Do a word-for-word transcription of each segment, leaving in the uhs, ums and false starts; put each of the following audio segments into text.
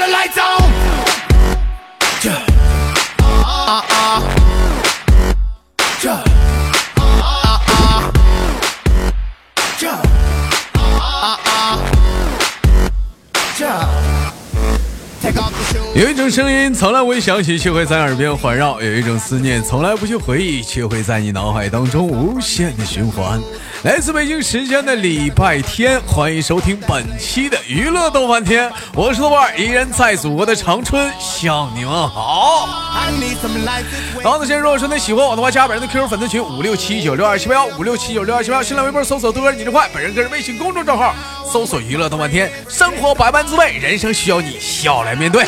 有一种声音从来未响起，却会在耳边环绕；有一种思念从来不去回忆，却会在你脑海当中无限的循环。来自北京时间的礼拜天，欢迎收听本期的娱乐豆瓣天，我是豆瓣，依然在祖国的长春向你们好。好的，现在如果说你喜欢我的话，加本人的 Q Q 粉丝群五六七九六二七八幺五六七九六二七八幺，新浪微博搜索豆哥你的快，本人个人微信公众账号搜索娱乐豆瓣天，生活百般滋味，人生需要你笑来面对。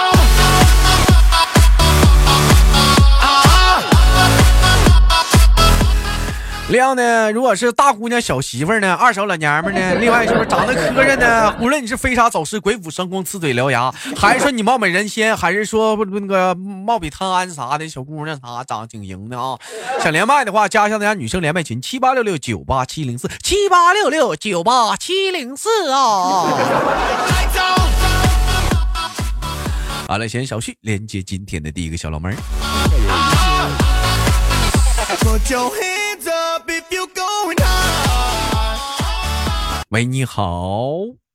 另外呢，如果是大姑娘小媳妇呢，二手老娘们呢，另外是不是长得磕碜呢？无论你是飞沙走石、鬼斧神工、呲嘴獠牙，还是说你貌美人仙，还是说那个貌比汤安啥的小姑娘啥长得挺型的啊？想连麦的话，加上大家女生连麦群七八六六九八七零四七八六六九八七零四啊。好了，先小旭连接今天的第一个小老妹儿。喂，你好。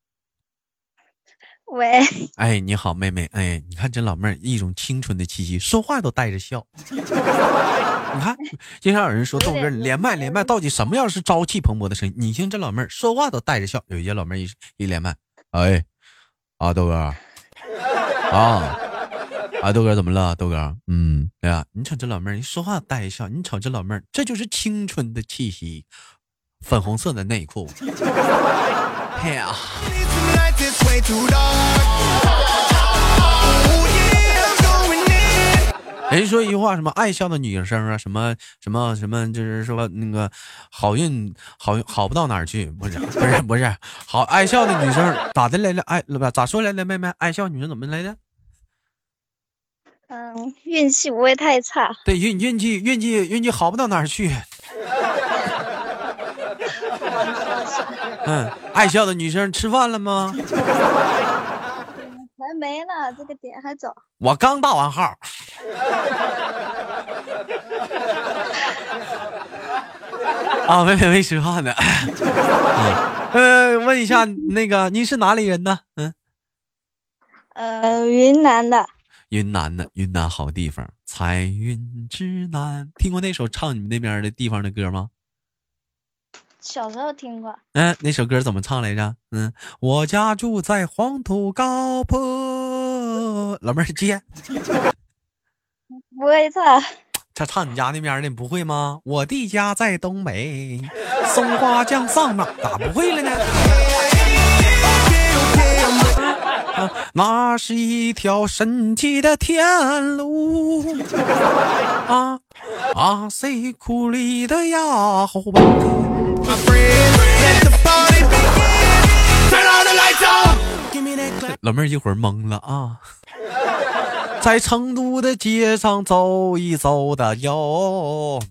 喂， 哎，你好，妹妹。哎，你看这老妹儿一种清纯的气息，说话都带着笑。你看，经常有人说豆哥连麦连麦到底什么样是朝气蓬勃的声音？你听这老妹儿说话都带着笑。有一些老妹儿一一连麦，哎，啊豆哥，啊。啊，豆哥怎么了？豆哥，嗯，哎呀，你瞅这老妹儿，一说话带笑，你瞅这老妹儿，这就是青春的气息，粉红色的内裤。哎呀，人说一句话，什么爱笑的女生啊，什么什么什么，就是说那个好运好好不到哪儿去，不是不是不是，好爱笑的女生咋的来了？爱不咋说来了？妹妹，爱笑女生怎么来的？ 嗯，运气不会太差。 对，运运气运气运气好不到哪儿去。嗯，爱笑的女生吃饭了吗？ 还没呢，这个点还早。 我刚大完号。啊，妹妹没吃饭呢。嗯，呃，问一下，那个您是哪里人呢？嗯， 呃，云南的。 云南的，云南好地方，彩云之南。听过那首唱你们那边的地方的歌吗？ 小时候听过。 嗯，那首歌怎么唱来着？嗯，我家住在黄土高坡。老妹儿接。 不会唱。 他唱你家那边的不会吗？我的家在东北，松花江上哪咋不会了呢？那是一条神奇的天路啊啊！谁苦力的呀？后半老妹儿一会儿懵了啊，在成都的街上走一走的哟。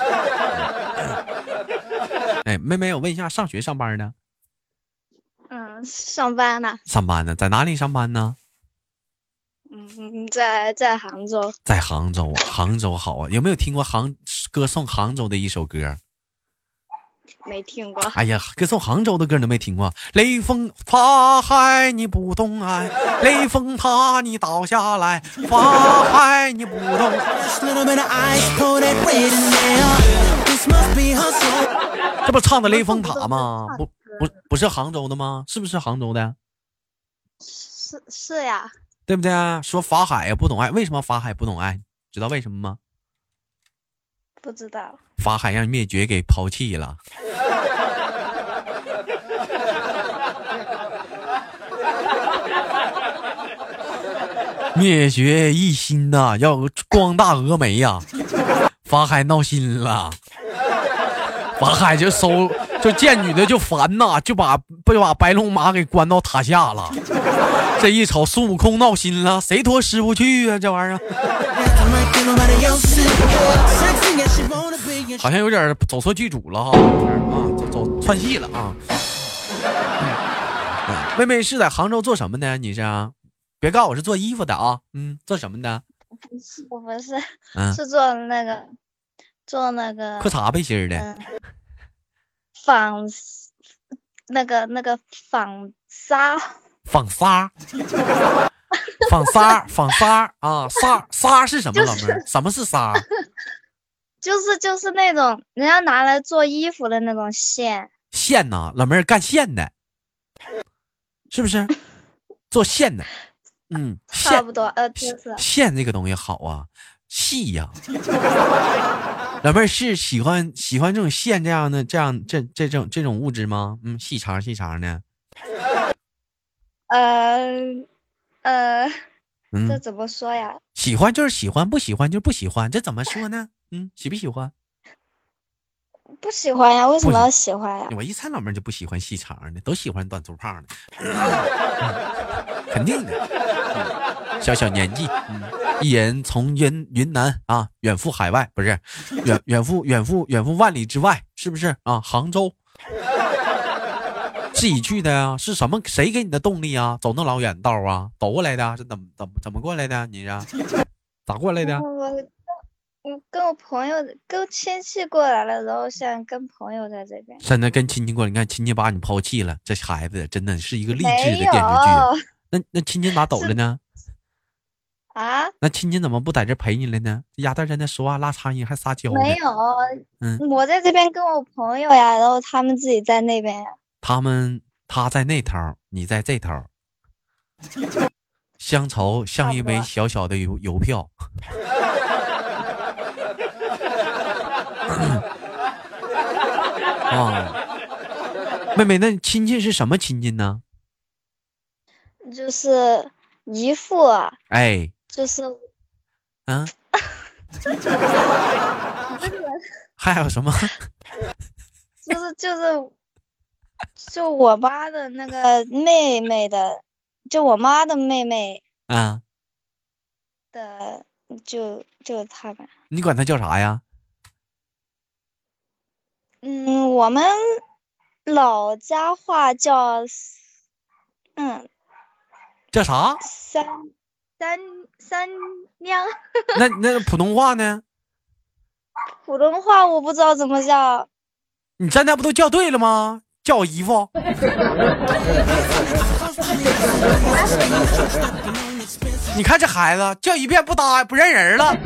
哎，妹妹，我问一下，上学上班呢？ 嗯，上班呢。 上班呢，在哪里上班呢？ 嗯，在在杭州。 在杭州，杭州好啊！有没有听过杭歌颂杭州的一首歌？ 没听过。 哎呀，歌颂杭州的歌都没听过。雷锋发海你不懂爱，雷锋塔你倒下来，发海你不懂。这不唱的雷锋塔吗？不不不是杭州的吗？是不是杭州的？ 是是呀。 对不对啊？说法海呀不懂爱，为什么法海不懂爱？知道为什么吗？ 不知道。 法海让灭绝给抛弃了。灭绝一心呐、啊，要光大峨眉呀、啊。法海闹心了，法海就收就见女的就烦呐、啊，就把就把白龙马给关到塔下了。这一瞅孙悟空闹心了，谁拖师傅去啊？这玩意儿好像有点走错剧组了哈，啊，走走串戏了啊。妹妹是在杭州做什么呢？你是啊？ 别告诉我是做衣服的啊，嗯，做什么的？ 不是不是， 嗯， 是做那个做那个裤衩背心的， 嗯，纺那个那个纺纱， 纺纱，纺纱，纺纱啊，纱纱是什么？老妹儿，什么是纱？ 就是就是那种人家拿来做衣服的那种线。 线呐，老妹儿干线的，是不是？做线的，嗯， 差不多，呃，就是线这个东西好啊，细呀、啊。老妹儿是喜欢喜欢这种线这样的这样这这种这种物质吗？嗯，细长细长的。 呃呃， 嗯， 这怎么说呀？ 喜欢就是喜欢，不喜欢就是不喜欢，这怎么说呢？嗯，喜不喜欢？ 不喜欢呀？为什么要喜欢呀？ 我一猜老妹儿就不喜欢细长的，都喜欢短粗胖的，嗯、肯定的。嗯、小小年纪，嗯、一人从云云南啊远赴海外，不是远远赴远赴远赴万里之外，是不是啊？杭州自己去的呀？是什么？谁给你的动力啊？走那老远道啊？走过来的？是怎么怎么怎么过来的？你是咋过来的？ 我我跟我朋友跟亲戚过来了，然后现在跟朋友在这边。 现在跟亲戚过来，你看亲戚把你抛弃了，这孩子真的是一个励志的电视剧。那那亲戚咋走了呢？ 啊？ 那亲戚怎么不在这陪你了呢？丫头在那说话拉苍蝇还撒娇呢。 没有， 嗯， 我在这边跟我朋友呀，然后他们自己在那边呀。 他们他在那头，你在这头，乡愁像一枚小小的邮邮票。啊，妹妹，那亲戚是什么亲戚呢？ 就是姨父啊。 哎， 就是嗯，还有什么？ 就是就是就我妈的那个妹妹的，就我妈的妹妹啊的，就就他们。 你管他叫啥呀？ 嗯，我们老家话叫，嗯， 叫啥？ 三三三娘。 那那普通话呢？ 普通话我不知道怎么叫。 你现在不都叫对了吗？叫我姨夫。你看这孩子叫一遍不搭不认人了。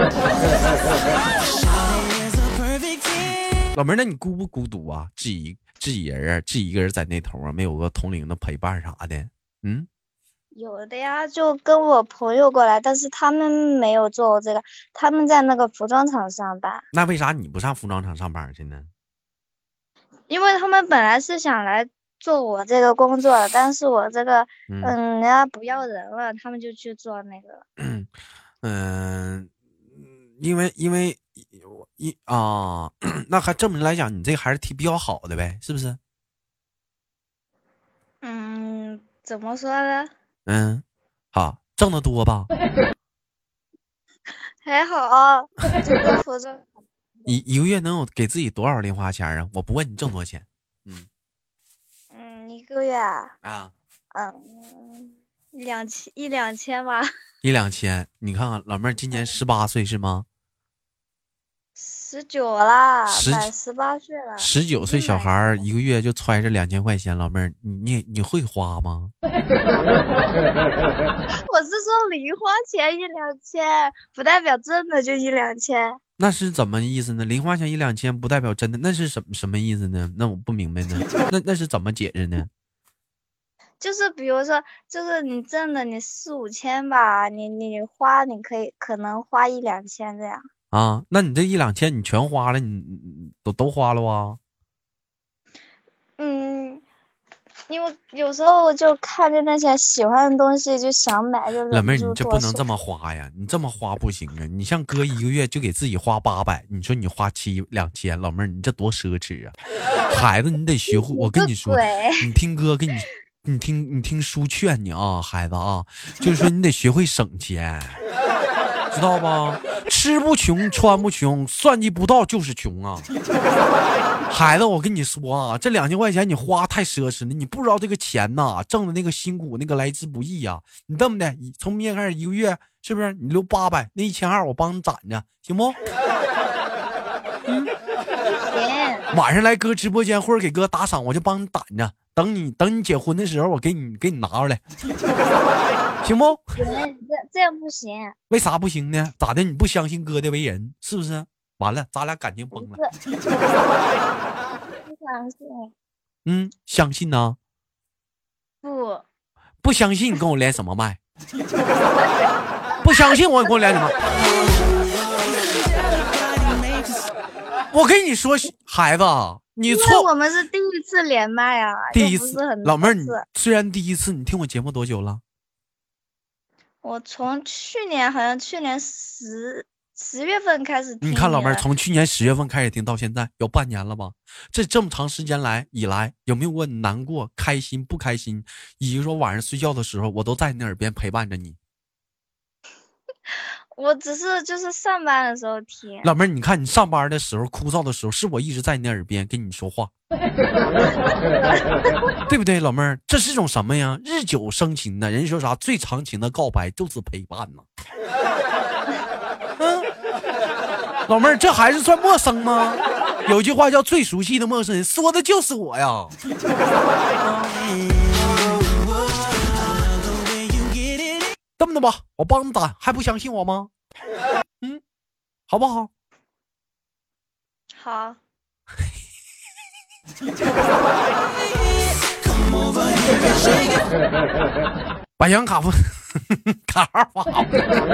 老妹儿，那你孤不孤独啊？自己自己人啊，自己一个人在那头啊，没有个同龄的陪伴啥的。嗯， 有的呀，就跟我朋友过来，但是他们没有做这个，他们在那个服装厂上班。 那为啥你不上服装厂上班去呢？ 因为他们本来是想来做我这个工作的，但是我这个嗯、呃，人家不要人了，他们就去做那个。 嗯嗯，因为因为一啊，那还这么来讲，你这还是挺比较好的呗，是不是？ 嗯，怎么说呢？ 嗯，好，挣得多吧？ 还好，这个服装。 一一个月能有给自己多少零花钱啊？我不问你挣多少钱。嗯嗯，一个月啊？ 啊， 嗯，两千一两千吧。 一两千，你看看老妹儿今年十八岁是吗？ 十九啦， 十满十八岁了。 十九岁小孩一个月就揣着两千块钱，老妹儿，你你你会花吗？ 我是说零花钱一两千，不代表真的就一两千。 那是怎么意思呢？零花钱一两千不代表真的，那是什么什么意思呢？那我不明白呢。那那是怎么解释呢？ 就是比如说，就是你挣的你四五千吧，你你花你可以可能花一两千这样。 啊，那你这一两千你全花了，你你都都花了啊？ 嗯，因为有时候就看着那些喜欢的东西就想买，就老妹儿，你这不能这么花呀！你这么花不行啊！你像哥一个月就给自己花八百，你说你花七两千，老妹儿你这多奢侈啊！孩子，你得学会，我跟你说，你听哥给你，你听你听叔劝你啊，孩子啊，就是说你得学会省钱。 知道吧？吃不穷，穿不穷，算计不到就是穷啊！孩子，我跟你说啊，这两千块钱你花太奢侈了，你不知道这个钱呐，挣的那个辛苦，那个来之不易呀、啊。你这么的，从明天开始一个月，是不是你留八百，那一千二我帮你攒着，行不？嗯， 行。 晚上来哥直播间或者给哥打赏，我就帮你攒着，等你等你结婚的时候，我给你给你拿出来，行不？ 行，这这样不行。 为啥不行呢？咋的？你不相信哥的为人，是不是？完了，咱俩感情崩了。 不相信。 嗯，相信呢？ 不， 不相信你跟我连什么麦？不相信我跟我连什么？我跟你说，孩子，你错。 我们是第一次连麦啊， 第一次。老妹儿，你虽然第一次，你听我节目多久了？ 我从去年好像去年十十月份开始听。 你看老妹儿，从去年十月份开始听到现在，有半年了吧？这这么长时间来以来，有没有过你难过、开心、不开心？以及说晚上睡觉的时候，我都在你耳边陪伴着你。 我只是就是上班的时候听。 老妹儿，你看你上班的时候枯燥的时候，是我一直在你耳边跟你说话，对不对？老妹儿，这是种什么呀？日久生情呢？人说啥？最长情的告白就是陪伴呢。嗯，老妹儿，这还是算陌生吗？有句话叫最熟悉的陌生人，说的就是我呀。这么的吧，我帮你打，还不相信我吗？嗯，好不好？ 好。 把银行卡付卡号发。 待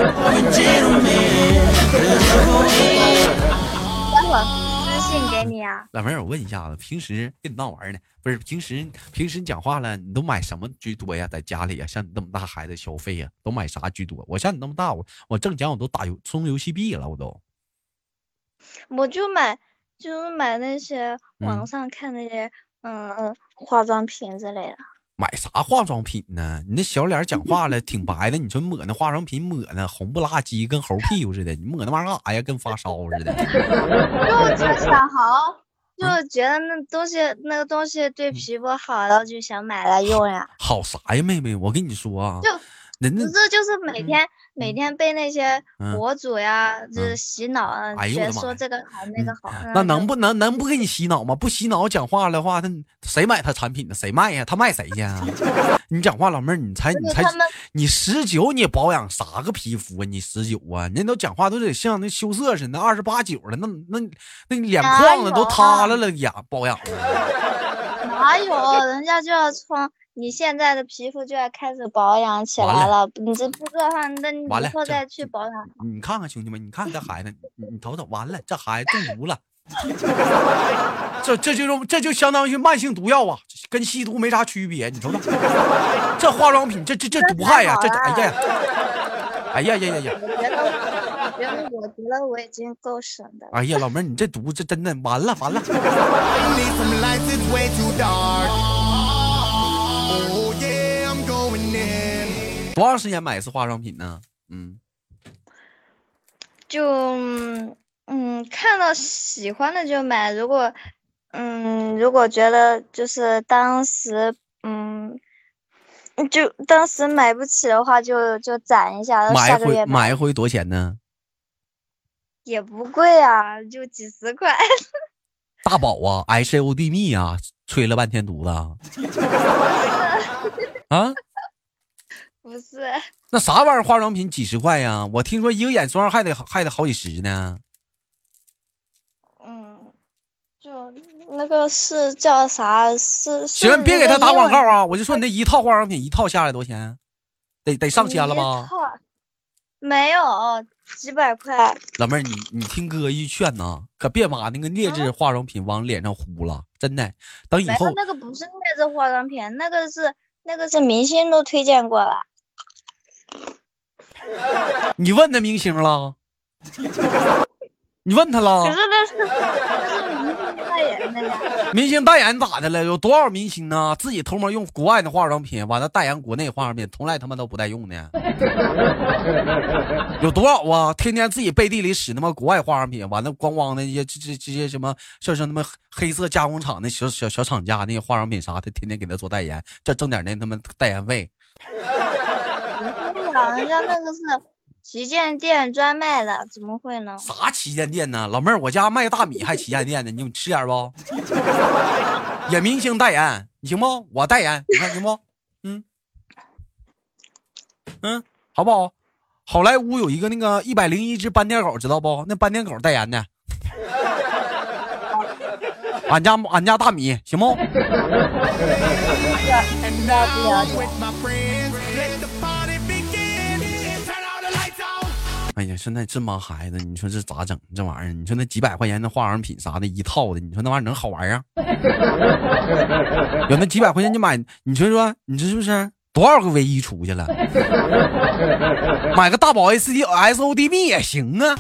会儿私信给你啊。 老妹儿，我问一下子，平时跟你闹玩呢？不是平时平时你讲话了，你都买什么居多呀？在家里呀，像你那么大孩子消费呀，都买啥居多？我像你那么大，我我挣钱我都打游充游戏币了，我都。 我就买就是买那些网上看那些嗯嗯化妆品之类的。 买啥化妆品呢？你那小脸讲话了挺白的，你说抹那化妆品抹的红不拉几，跟猴屁股似的，你抹那玩意儿干啥呀？跟发烧似的。 就就想好，就觉得那东西那个东西对皮肤好，然后就想买来用呀。 好啥呀，妹妹？我跟你说啊， 就人家这就是每天、嗯、每天被那些博主呀， 嗯、 就是洗脑啊， 哎觉得说这个好那个好。 嗯、那能不能能不给你洗脑吗？不洗脑讲话的话，他谁买他产品呢？谁卖呀？他卖谁去啊？你讲话，老妹儿，你才你才你十九，你保养啥个皮肤啊？你十九啊？人都讲话都得像那羞涩似的，二十八九了，那那那脸框子都塌了了，呀，保养哪有？人家就要从你现在的皮肤就要开始保养起来了，了你这不这话，那你以后再去保养。 你看看兄弟们，你看这孩子，你你瞅瞅，完了，这孩子中毒了。这这就这就相当于慢性毒药啊，跟吸毒没啥区别。你瞅瞅，这化妆品，这这这毒害呀、啊！这哎呀，哎呀呀呀呀！ 我觉得，我觉得，我觉得我已经够省的了。 哎呀，老妹儿，你这毒这真的完了完了。多长时间买一次化妆品呢？嗯， 就嗯，看到喜欢的就买，如果嗯，如果觉得就是当时嗯，就当时买不起的话就，就就攒一下， 买下个月买一回多少钱呢？ 也不贵啊，就几十块。 大宝啊 ，H O D 蜜啊，吹了半天犊子啊！ 不是， 那啥玩意儿？化妆品几十块呀？我听说一个眼霜还得还得好几十呢。 嗯，就那个是叫啥？是行，别给他打广告啊！我就说你那一套化妆品一套下来多少钱？得得上千了吧？ 没有，几百块。 老妹儿，你你听哥一劝呐，可别把那个劣质化妆品往脸上糊了，真的。等以后那个不是劣质化妆品，那个是那个是明星都推荐过了。 你问那明星了？ 你问他了？ 可是那是那是明星代言的呀。 明星代言咋的了？有多少明星呢？自己偷摸用国外的化妆品，完了代言国内化妆品，从来他妈都不带用的。有多少啊？天天自己背地里使他妈国外化妆品，完了咣咣的一些这这这些什么，像是他妈黑色加工厂的小小小厂家那些化妆品啥的，天天给他做代言，这挣点那他妈代言费。 不啊，人家那个是旗舰店专卖的，怎么会呢？ 啥旗舰店呢？老妹儿，我家卖大米还旗舰店呢，你吃点不？也明星代言，你行不？我代言，你看行不？嗯嗯，好不好？好莱坞有一个那个一百零一只斑点狗，知道不？那斑点狗代言的。俺家俺家大米行不？哎呀，现在这帮孩子，你说这咋整？这玩意儿，你说那几百块钱的化妆品啥的，一套的，你说那玩意儿能好玩啊？有那几百块钱就买，你说说，你这是不是多少个唯一出去了？买个大宝 S D S O D B 也行啊。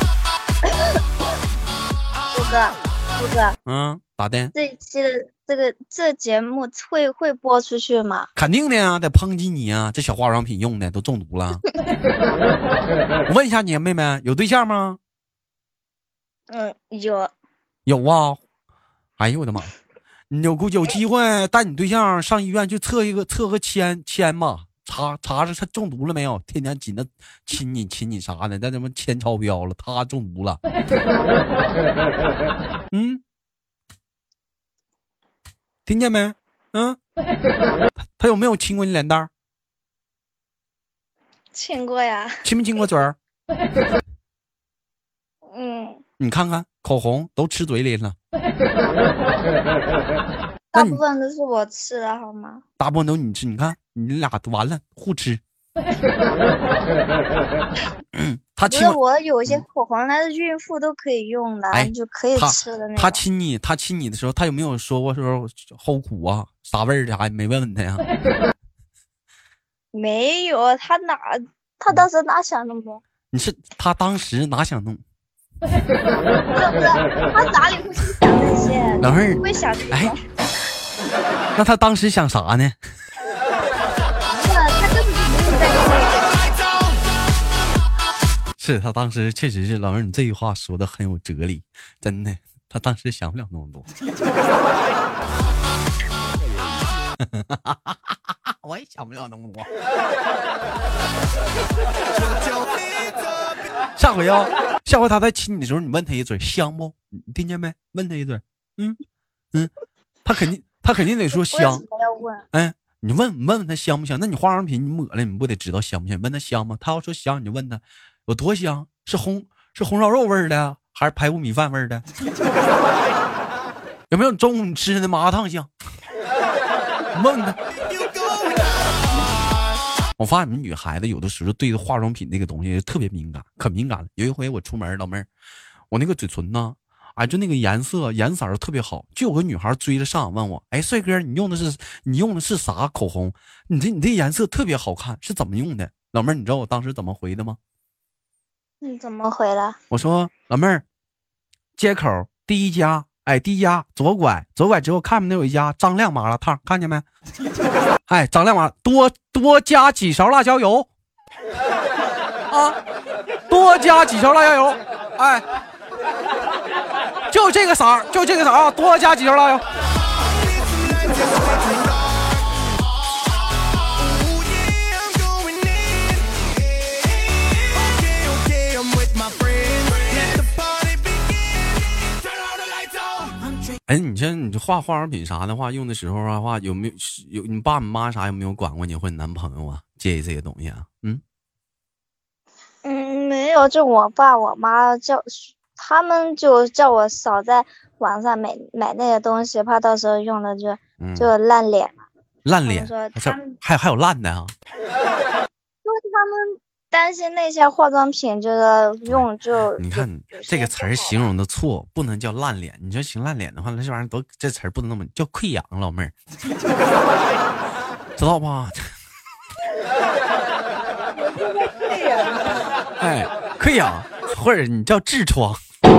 虎哥，虎哥， 嗯，咋的？ 这一期的这个这节目会会播出去吗？ 肯定的呀，得抨击你啊！这小化妆品用的都中毒了。我问一下你妹妹，有对象吗？ 嗯，有。 有啊。哎呦我的妈！你有有机会带你对象上医院去测一个测个铅铅吧，查查着他中毒了没有？天天紧着亲你亲你啥的，那他妈铅超标了，他中毒了。嗯，听见没？嗯，他有没有亲过你脸蛋？ 亲过呀。 亲没亲过嘴儿？ 嗯。 你看看口红都吃嘴里了。 大部分都是我吃的好吗？ 大部分都你吃，你看你俩完了互吃。嗯，他亲我有些口红那是孕妇都可以用的， 哎， 就可以吃的那种。 他亲你，他亲你的时候，他有没有说过说齁苦啊，啥味儿的？还没问问他呀？ 没有，他哪他当时哪想那么多？ 你是他当时哪想弄？ 不是不是，他哪里会去想这些？ 老妹儿会想这些。 哎，那他当时想啥呢？ 他根本就没有在是他当时确实是老妹儿，你这句话说的很有哲理，真的，他当时想不了那么多。我也想不了那么多。下回啊，下回他在亲你的时候，你问他一嘴香不？你听见没？问他一嘴，嗯嗯，他肯定他肯定得说香。哎，你问你问问他香不香？那你化妆品你抹了，你不得知道香不香？问他香吗？他要说香，你就问他有多香？是红是红烧肉味儿的，还是排骨米饭味儿的？有没有中午你吃的麻辣烫香？你问问他。我发现你们女孩子有的时候对化妆品那个东西特别敏感，可敏感了。有一回我出门，老妹儿，我那个嘴唇呢，哎，就那个颜色颜色特别好，就有个女孩追着上问我，哎，帅哥，你用的是你用的是啥口红？你这你这颜色特别好看，是怎么用的？老妹儿，你知道我当时怎么回的吗？ 你怎么回的？ 我说老妹儿，街口第一家，哎，第一家左拐，左拐之后看没有一家张亮麻辣烫，看见没？哎，张亮麻多多加几勺辣椒油啊，多加几勺辣椒油，哎，就这个色儿，就这个色儿啊，多加几勺辣椒。哎，你像你画化妆品啥的话，用的时候的话，有没有有你爸你妈啥有没有管过你或你男朋友啊？介意这些东西啊？嗯嗯，没有，就我爸我妈叫他们就叫我少在网上买买那些东西，怕到时候用了就、嗯、就烂脸。 烂脸？ 他们还还有烂的啊？ 因为他们担心那些化妆品就是用就你看这个词儿形容的错，不能叫烂脸。你说行烂脸的话，那这玩意儿都这词儿不能那么叫溃疡，老妹儿，知道吧？哎，溃疡或者你叫痔疮。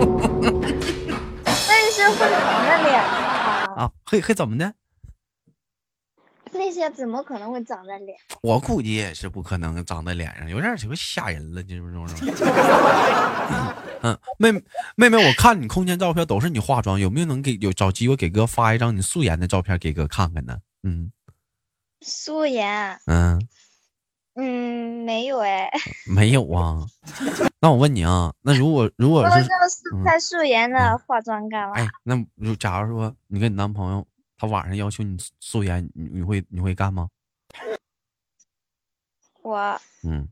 那些会长在脸上啊，会会怎么的？ 那些怎么可能会长在脸？ 我估计也是不可能长在脸上，有点这个吓人了，这种这种。嗯，妹妹妹，我看你空间照片都是你化妆，有没有能给有找机会给哥发一张你素颜的照片给哥看看呢？嗯， 素颜， 嗯嗯，没有哎。 没有啊。那我问你啊，那如果如果是是拍素颜的化妆干嘛？ 哎，那如假如说你跟你男朋友他晚上要求你素颜，你你会你会干吗？ 我嗯，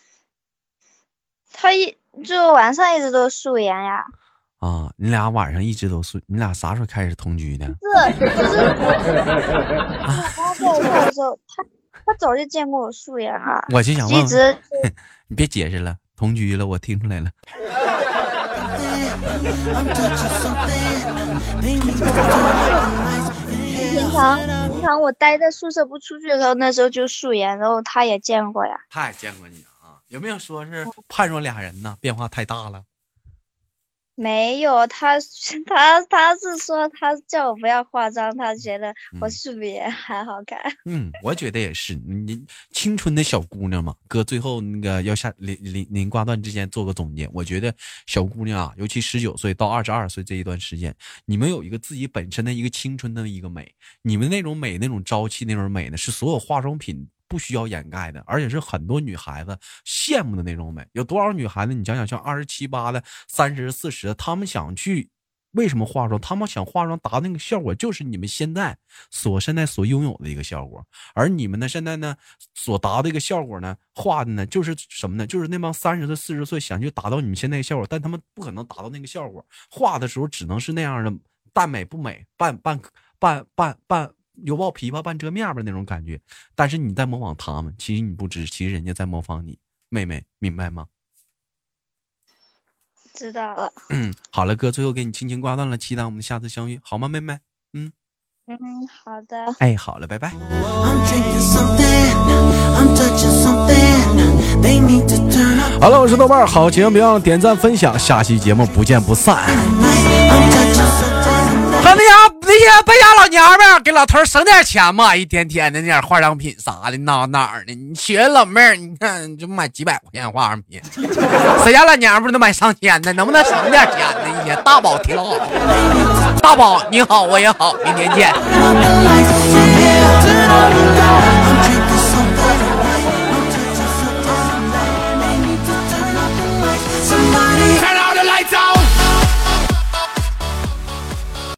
他一就晚上一直都素颜呀。 啊，你俩晚上一直都素，你俩啥时候开始同居的？ 是，就是我刚在一块的时候，他他早就见过我素颜了。 我就想问， 一直你别解释了，同居了，我听出来了。 平常平常我待在宿舍不出去的时候，那时候就素颜，然后他也见过呀。 他也见过你啊？有没有说是判若俩人呢？变化太大了。 没有，他他他是说他叫我不要化妆，他觉得我素颜还好看。 嗯，我觉得也是，你青春的小姑娘嘛，哥最后那个要下临临临挂断之前做个总结，我觉得小姑娘啊，尤其十九岁到二十二岁这一段时间，你们有一个自己本身的一个青春的一个美，你们那种美那种朝气那种美呢，是所有化妆品不需要掩盖的，而且是很多女孩子羡慕的那种美。有多少女孩子，你想想，像二十七八的、三十四十的，她们想去为什么化妆？她们想化妆达到那个效果，就是你们现在所现在所拥有的一个效果。而你们呢，现在呢所达的一个效果呢，画的呢就是什么呢？就是那帮三十岁、四十岁想去达到你们现在的效果，但他们不可能达到那个效果，画的时候只能是那样的，半美不美，半半半半半。犹抱琵琶半遮面吧那种感觉，但是你在模仿他们，其实你不知，其实人家在模仿你，妹妹明白吗？ 知道了。 嗯，好了，哥，最后给你轻轻挂断了，期待我们下次相遇，好吗，妹妹？嗯嗯，好的。 哎，好了，拜拜。好了，我是豆瓣，好节目别忘了点赞分享，下期节目不见不散。和那家那些败家老娘们儿给老头省点钱嘛，一天天的那点化妆品啥的闹哪儿的？你学老妹儿，你看就买几百块钱化妆品，谁家老娘们儿都买上千的，能不能省点钱呢？一天大宝挺好，大宝你好我也好，明天见。